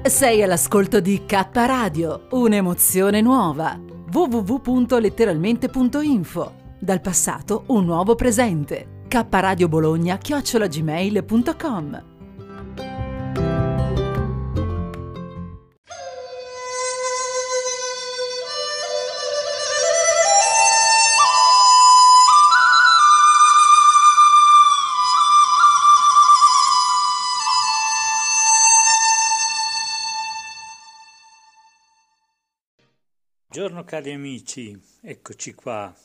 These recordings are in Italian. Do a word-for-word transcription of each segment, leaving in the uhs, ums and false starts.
Sei all'ascolto di K Radio, un'emozione nuova. w w w punto letteralmente punto info. Dal passato un nuovo presente. K Radio Bologna chiocciola gmail punto com. Buongiorno cari amici, eccoci qua.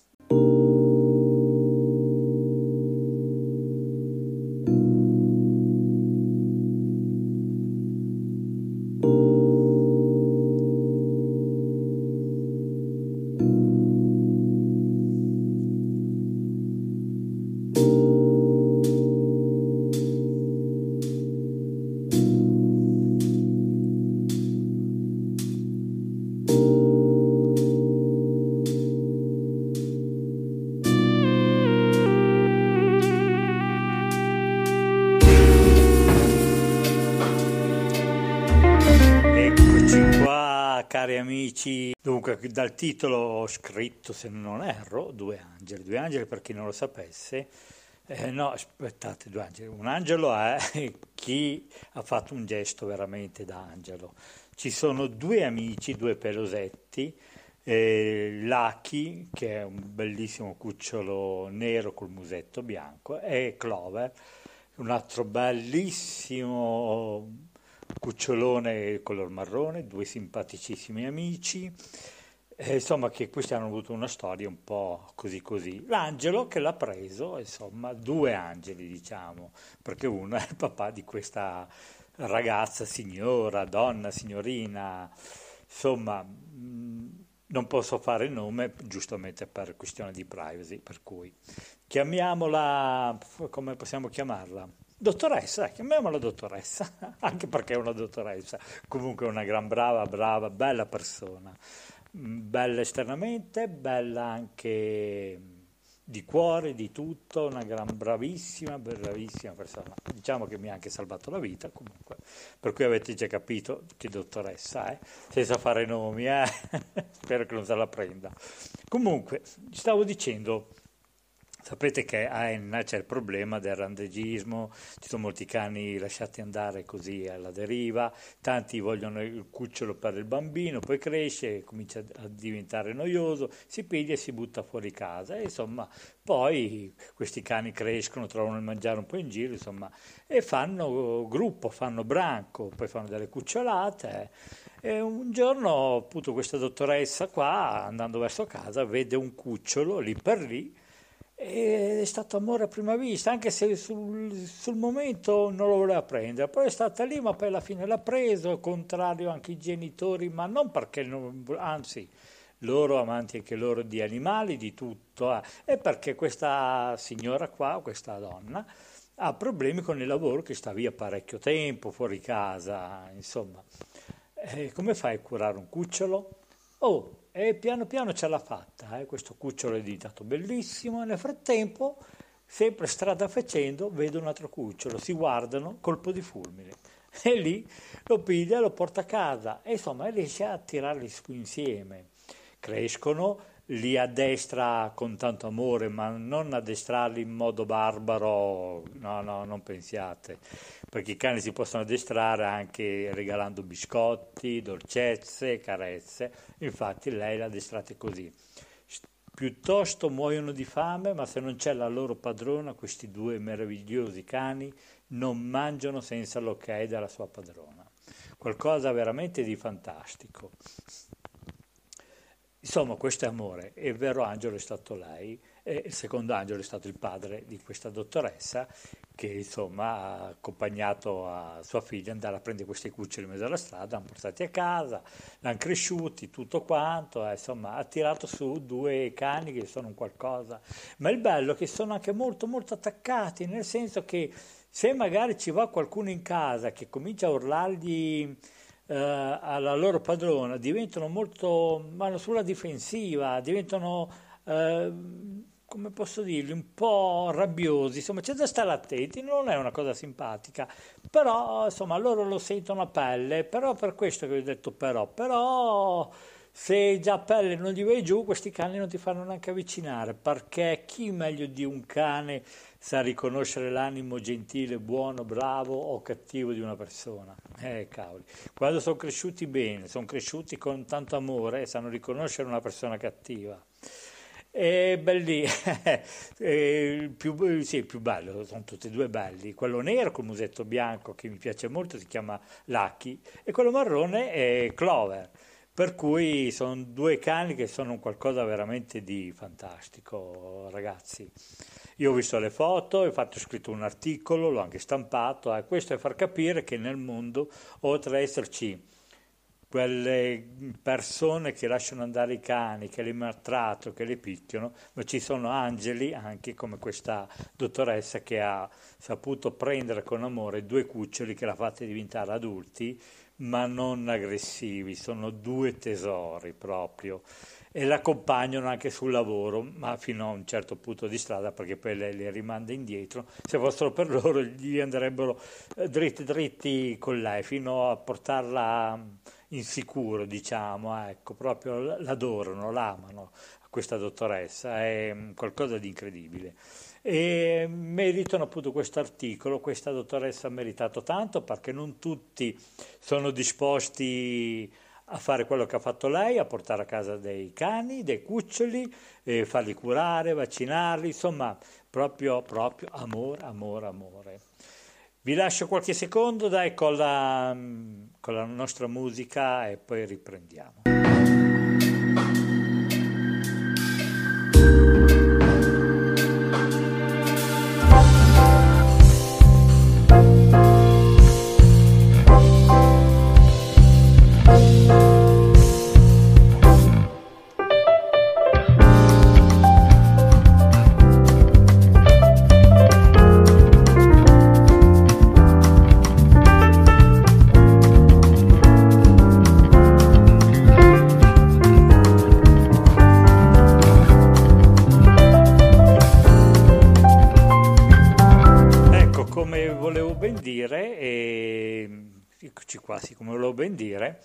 Cari amici, dunque dal titolo ho scritto, se non erro, due angeli, due angeli per chi non lo sapesse, eh, no aspettate, due angeli, un angelo è chi ha fatto un gesto veramente da angelo, ci sono due amici, due pelosetti, eh, Lucky che è un bellissimo cucciolo nero col musetto bianco e Clover, un altro bellissimo cucciolone color marrone, due simpaticissimi amici, eh, insomma che questi hanno avuto una storia un po' così così. L'angelo che l'ha preso, insomma, due angeli diciamo, perché uno è il papà di questa ragazza, signora, donna, signorina, insomma, mh, non posso fare il nome giustamente per questione di privacy, per cui chiamiamola, come possiamo chiamarla? Dottoressa, eh, chiamiamola dottoressa, anche perché è una dottoressa, comunque è una gran brava, brava, bella persona, bella esternamente, bella anche di cuore, di tutto, una gran bravissima, bravissima persona, diciamo che mi ha anche salvato la vita comunque, per cui avete già capito che dottoressa, eh? Senza fare nomi, eh? Spero che non se la prenda. Comunque, stavo dicendo... Sapete che a Enna c'è il problema del randagismo, ci sono molti cani lasciati andare così alla deriva, tanti vogliono il cucciolo per il bambino, poi cresce, comincia a diventare noioso, si piglia e si butta fuori casa e insomma poi questi cani crescono, trovano il mangiare un po' in giro insomma e fanno gruppo, fanno branco, poi fanno delle cucciolate. E un giorno appunto questa dottoressa qua andando verso casa vede un cucciolo lì per lì, ed è stato amore a prima vista, anche se sul, sul momento non lo voleva prendere, poi è stata lì, ma poi alla fine l'ha preso, contrario anche i genitori, ma non perché, non, anzi, loro amanti anche loro di animali, di tutto, eh, è perché questa signora qua, questa donna, ha problemi con il lavoro, che sta via parecchio tempo, fuori casa, insomma. Eh, come fai a curare un cucciolo? Oh! E piano piano ce l'ha fatta, eh? Questo cucciolo è diventato bellissimo e nel frattempo, sempre strada facendo, vede un altro cucciolo, si guardano, colpo di fulmine. E lì lo piglia, lo porta a casa e insomma riesce a tirarli su insieme. Crescono, li addestra con tanto amore, ma non addestrarli in modo barbaro, no, no, non pensiate, perché i cani si possono addestrare anche regalando biscotti, dolcezze, carezze, infatti lei l'ha addestrata così. Piuttosto muoiono di fame, ma se non c'è la loro padrona, questi due meravigliosi cani non mangiano senza l'ok della sua padrona. Qualcosa veramente di fantastico. Insomma, questo è amore, e il vero angelo è stato lei, e il secondo angelo è stato il padre di questa dottoressa, che insomma ha accompagnato a sua figlia andare a prendere questi cuccioli in mezzo alla strada, l'hanno portati a casa, l'hanno cresciuti, tutto quanto, eh, insomma ha tirato su due cani che sono un qualcosa, ma il bello è che sono anche molto molto attaccati, nel senso che se magari ci va qualcuno in casa che comincia a urlargli Uh, alla loro padrona, diventano molto, vanno sulla difensiva, diventano uh, come posso dirli, un po' rabbiosi, insomma c'è da stare attenti, non è una cosa simpatica, però insomma loro lo sentono a pelle, però per questo che vi ho detto però, però se già a pelle non gli vai giù, questi cani non ti fanno neanche avvicinare, perché chi meglio di un cane sa riconoscere l'animo gentile, buono, bravo o cattivo di una persona? Eh, cavoli, quando sono cresciuti bene, sono cresciuti con tanto amore, sanno riconoscere una persona cattiva. E belli, eh, il più, sì, il più bello, sono tutti e due belli. Quello nero col musetto bianco che mi piace molto si chiama Lucky e quello marrone è Clover. Per cui sono due cani che sono un qualcosa veramente di fantastico, ragazzi. Io ho visto le foto, ho fatto ho scritto un articolo, l'ho anche stampato, e questo è far capire che nel mondo, oltre ad esserci quelle persone che lasciano andare i cani, che li maltrattano, che li picchiano, ma ci sono angeli anche come questa dottoressa che ha saputo prendere con amore due cuccioli che l'ha fatti diventare adulti, ma non aggressivi, sono due tesori proprio. E l'accompagnano anche sul lavoro, ma fino a un certo punto di strada, perché poi lei li rimanda indietro. Se fossero per loro, gli andrebbero eh, dritti dritti con lei, fino a portarla insicuro, diciamo, ecco, proprio l- l'adorano, l'amano a questa dottoressa, è mm, qualcosa di incredibile. E meritano appunto questo articolo, questa dottoressa ha meritato tanto perché non tutti sono disposti a fare quello che ha fatto lei, a portare a casa dei cani, dei cuccioli, eh, farli curare, vaccinarli, insomma, proprio, proprio amore, amore, amore. Vi lascio qualche secondo, dai, con la, con la nostra musica e poi riprendiamo. Ecco, come volevo ben dire, e, eccoci qua, sì, come volevo ben dire,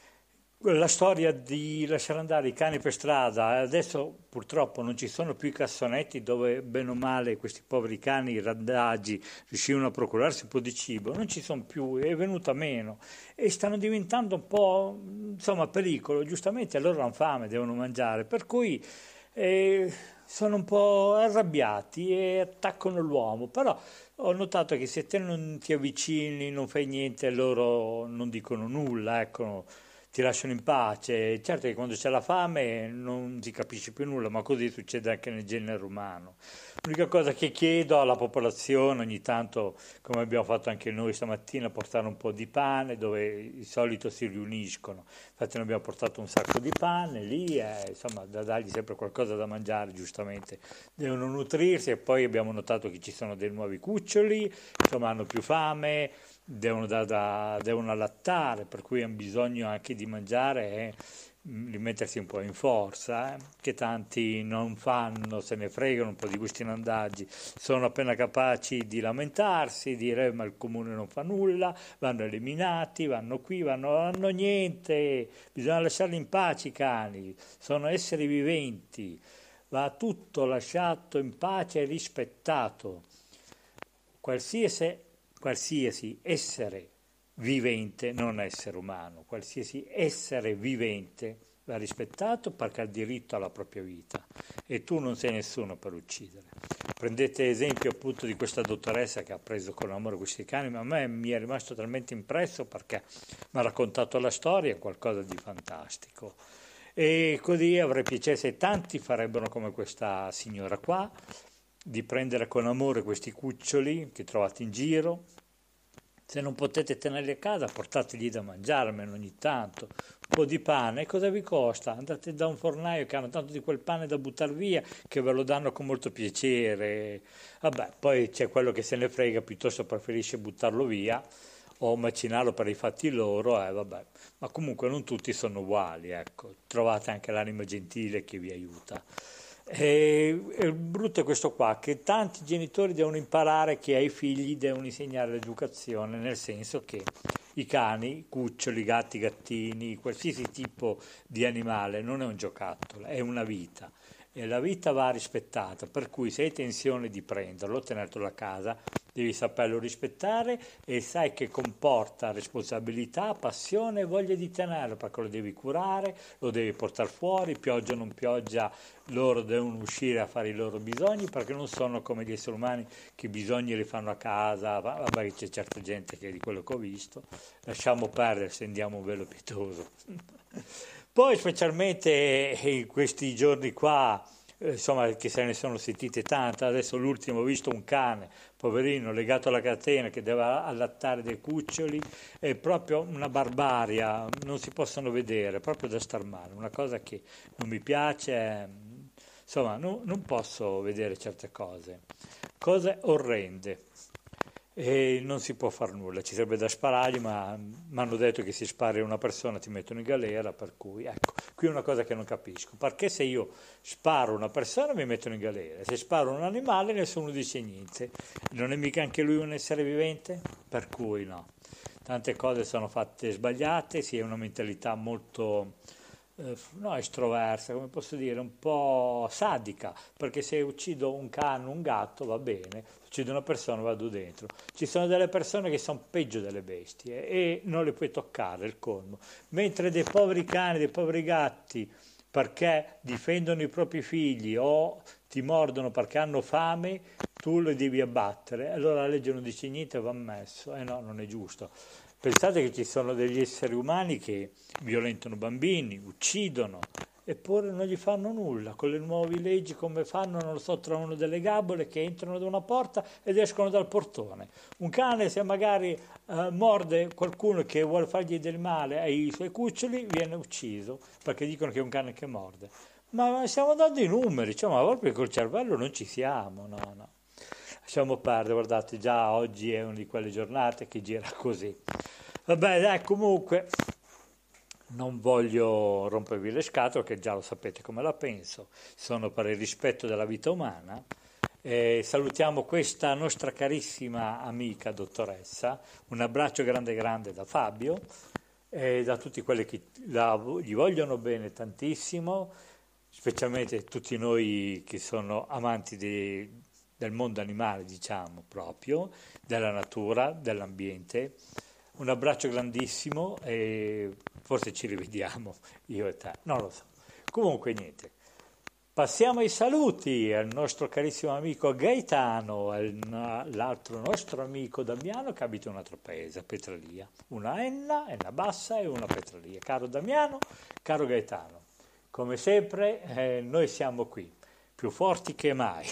la storia di lasciare andare i cani per strada, adesso purtroppo non ci sono più i cassonetti dove bene o male questi poveri cani randagi riuscivano a procurarsi un po' di cibo, non ci sono più, è venuta meno e stanno diventando un po', insomma, pericolo, giustamente loro hanno fame, devono mangiare, per cui eh, sono un po' arrabbiati e attaccano l'uomo, però ho notato che se te non ti avvicini, non fai niente, loro non dicono nulla, ecco, ti lasciano in pace. Certo che quando c'è la fame non si capisce più nulla, ma così succede anche nel genere umano. L'unica cosa che chiedo alla popolazione, ogni tanto, come abbiamo fatto anche noi stamattina, portare un po' di pane dove di solito si riuniscono. Infatti noi abbiamo portato un sacco di pane lì, e, insomma, da dargli sempre qualcosa da mangiare, giustamente. Devono nutrirsi e poi abbiamo notato che ci sono dei nuovi cuccioli, insomma hanno più fame, devono, da- da- devono allattare, per cui hanno bisogno anche di mangiare e mm, di mettersi un po' in forza, eh, che tanti non fanno, se ne fregano un po' di questi andaggi, sono appena capaci di lamentarsi, dire "Eh, ma il comune non fa nulla, vanno eliminati, vanno qui, vanno, non hanno niente, bisogna lasciarli in pace i cani, sono esseri viventi, va tutto lasciato in pace e rispettato. Qualsiasi, qualsiasi essere vivente, non essere umano, qualsiasi essere vivente va rispettato perché ha diritto alla propria vita e tu non sei nessuno per uccidere. Prendete esempio appunto di questa dottoressa che ha preso con amore questi cani, ma a me mi è rimasto talmente impresso perché mi ha raccontato la storia, qualcosa di fantastico. E così avrei piacere se tanti farebbero come questa signora qua, di prendere con amore questi cuccioli che trovate in giro. Se non potete tenerli a casa, portategli da mangiare almeno ogni tanto. Un po' di pane, cosa vi costa? Andate da un fornaio che hanno tanto di quel pane da buttare via, che ve lo danno con molto piacere. Vabbè, poi c'è quello che se ne frega, piuttosto preferisce buttarlo via o macinarlo per i fatti loro, eh, vabbè. Ma comunque non tutti sono uguali, ecco. Trovate anche l'anima gentile che vi aiuta. E, e il brutto è questo qua, che tanti genitori devono imparare che ai figli devono insegnare l'educazione, nel senso che i cani, i cuccioli, i gatti, i gattini, qualsiasi tipo di animale non è un giocattolo, è una vita. E la vita va rispettata, per cui se hai intenzione di prenderlo, tenertelo a casa, devi saperlo rispettare e sai che comporta responsabilità, passione e voglia di tenerlo, perché lo devi curare, lo devi portare fuori, pioggia o non pioggia, loro devono uscire a fare i loro bisogni, perché non sono come gli esseri umani che i bisogni li fanno a casa. Vabbè, c'è certa gente che di quello che ho visto, lasciamo perdere, stendiamo un velo pietoso. Poi specialmente in questi giorni qua, eh, insomma, che se ne sono sentite tante. Adesso l'ultimo ho visto un cane, poverino, legato alla catena che deve allattare dei cuccioli, è proprio una barbaria, non si possono vedere, proprio da star male, una cosa che non mi piace, è, insomma, no, non posso vedere certe cose, cose orrende. E non si può fare nulla, ci sarebbe da sparargli, ma mi hanno detto che se spari a una persona ti mettono in galera, per cui ecco, qui è una cosa che non capisco, perché se io sparo a una persona mi mettono in galera, se sparo a un animale nessuno dice niente, non è mica anche lui un essere vivente? Per cui no, tante cose sono fatte sbagliate, si è una mentalità molto... Eh, no, estroversa, come posso dire, un po' sadica, perché se uccido un cane, un gatto, va bene, uccido una persona, vado dentro. Ci sono delle persone che sono peggio delle bestie e non le puoi toccare, il colmo. Mentre dei poveri cani, dei poveri gatti, perché difendono i propri figli o ti mordono perché hanno fame, tu li devi abbattere. Allora la legge non dice niente, va ammesso. Eh no, non è giusto. Pensate che ci sono degli esseri umani che violentano bambini, uccidono, eppure non gli fanno nulla. Con le nuove leggi come fanno, non lo so, trovano delle gabole che entrano da una porta ed escono dal portone. Un cane, se magari eh, morde qualcuno che vuole fargli del male ai suoi cuccioli, viene ucciso, perché dicono che è un cane che morde. Ma stiamo dando i numeri, cioè, ma proprio col cervello non ci siamo, no, no. Lasciamo perdere, guardate, già oggi è una di quelle giornate che gira così. Vabbè, dai, comunque, non voglio rompervi le scatole, che già lo sapete come la penso, sono per il rispetto della vita umana. Eh, salutiamo questa nostra carissima amica dottoressa, un abbraccio grande grande da Fabio e da tutti quelli che la, gli vogliono bene tantissimo, specialmente tutti noi che sono amanti di, del mondo animale, diciamo, proprio, della natura, dell'ambiente. Un abbraccio grandissimo e forse ci rivediamo io e te, non lo so. Comunque niente, passiamo ai saluti al nostro carissimo amico Gaetano, all'altro nostro amico Damiano che abita in un altro paese, a Petralia. Una Enna, Enna Bassa e una Petralia. Caro Damiano, caro Gaetano, come sempre eh, noi siamo qui, più forti che mai.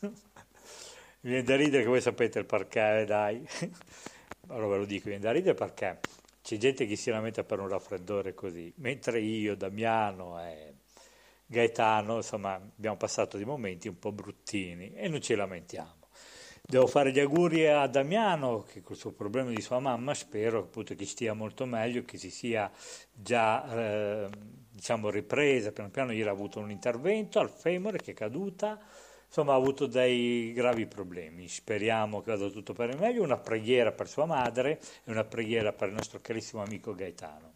Mi viene da ridere che voi sapete il perché, dai. Allora ve lo dico, viene da ridere perché c'è gente che si lamenta per un raffreddore così, mentre io, Damiano e Gaetano, insomma, abbiamo passato dei momenti un po' bruttini e non ci lamentiamo. Devo fare gli auguri a Damiano che col suo problema di sua mamma spero appunto che stia molto meglio, che si sia già eh, diciamo ripresa, piano piano ieri ha avuto un intervento al femore che è caduta. Insomma, ha avuto dei gravi problemi, speriamo che vada tutto per il meglio, una preghiera per sua madre e una preghiera per il nostro carissimo amico Gaetano.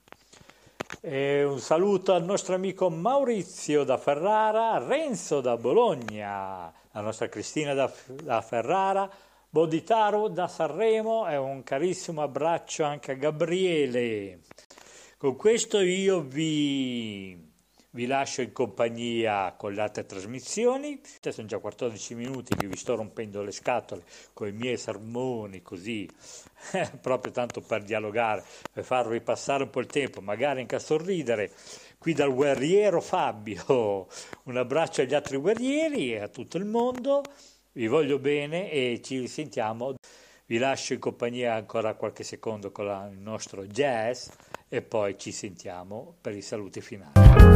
E un saluto al nostro amico Maurizio da Ferrara, Renzo da Bologna, la nostra Cristina da, da Ferrara, Boditaro da Sanremo e un carissimo abbraccio anche a Gabriele. Con questo io vi... Vi lascio in compagnia con le altre trasmissioni. Sono già quattordici minuti che vi sto rompendo le scatole con i miei sermoni, così, proprio tanto per dialogare, per farvi passare un po' il tempo, magari anche a sorridere. Qui dal guerriero Fabio, un abbraccio agli altri guerrieri e a tutto il mondo. Vi voglio bene e ci risentiamo. Vi lascio in compagnia ancora qualche secondo con la, il nostro jazz e poi ci sentiamo per i saluti finali.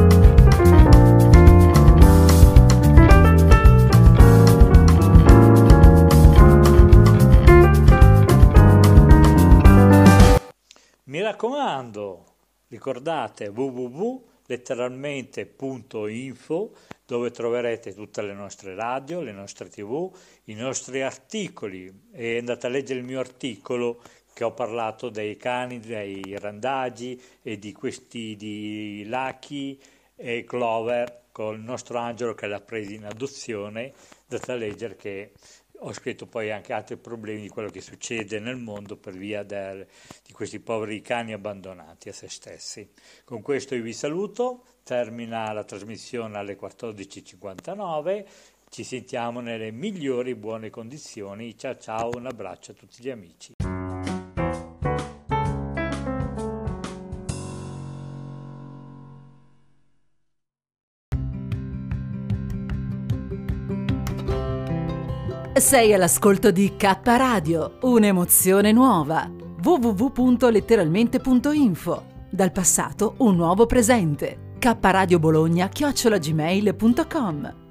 Mi raccomando, ricordate w w w punto letteralmente punto info, dove troverete tutte le nostre radio, le nostre tv, i nostri articoli. E andate a leggere il mio articolo che ho parlato dei cani, dei randagi e di questi di Lucky e Clover con il nostro Angelo che l'ha preso in adozione. Andate a leggere, che ho scritto poi anche altri problemi di quello che succede nel mondo per via del, di questi poveri cani abbandonati a se stessi. Con questo io vi saluto, termina la trasmissione alle quattordici e cinquantanove, ci sentiamo nelle migliori buone condizioni. Ciao ciao, un abbraccio a tutti gli amici. Sei all'ascolto di K Radio, un'emozione nuova. w w w punto letteralmente punto info. Dal passato un nuovo presente. K Radio Bologna chiocciola gmail punto com.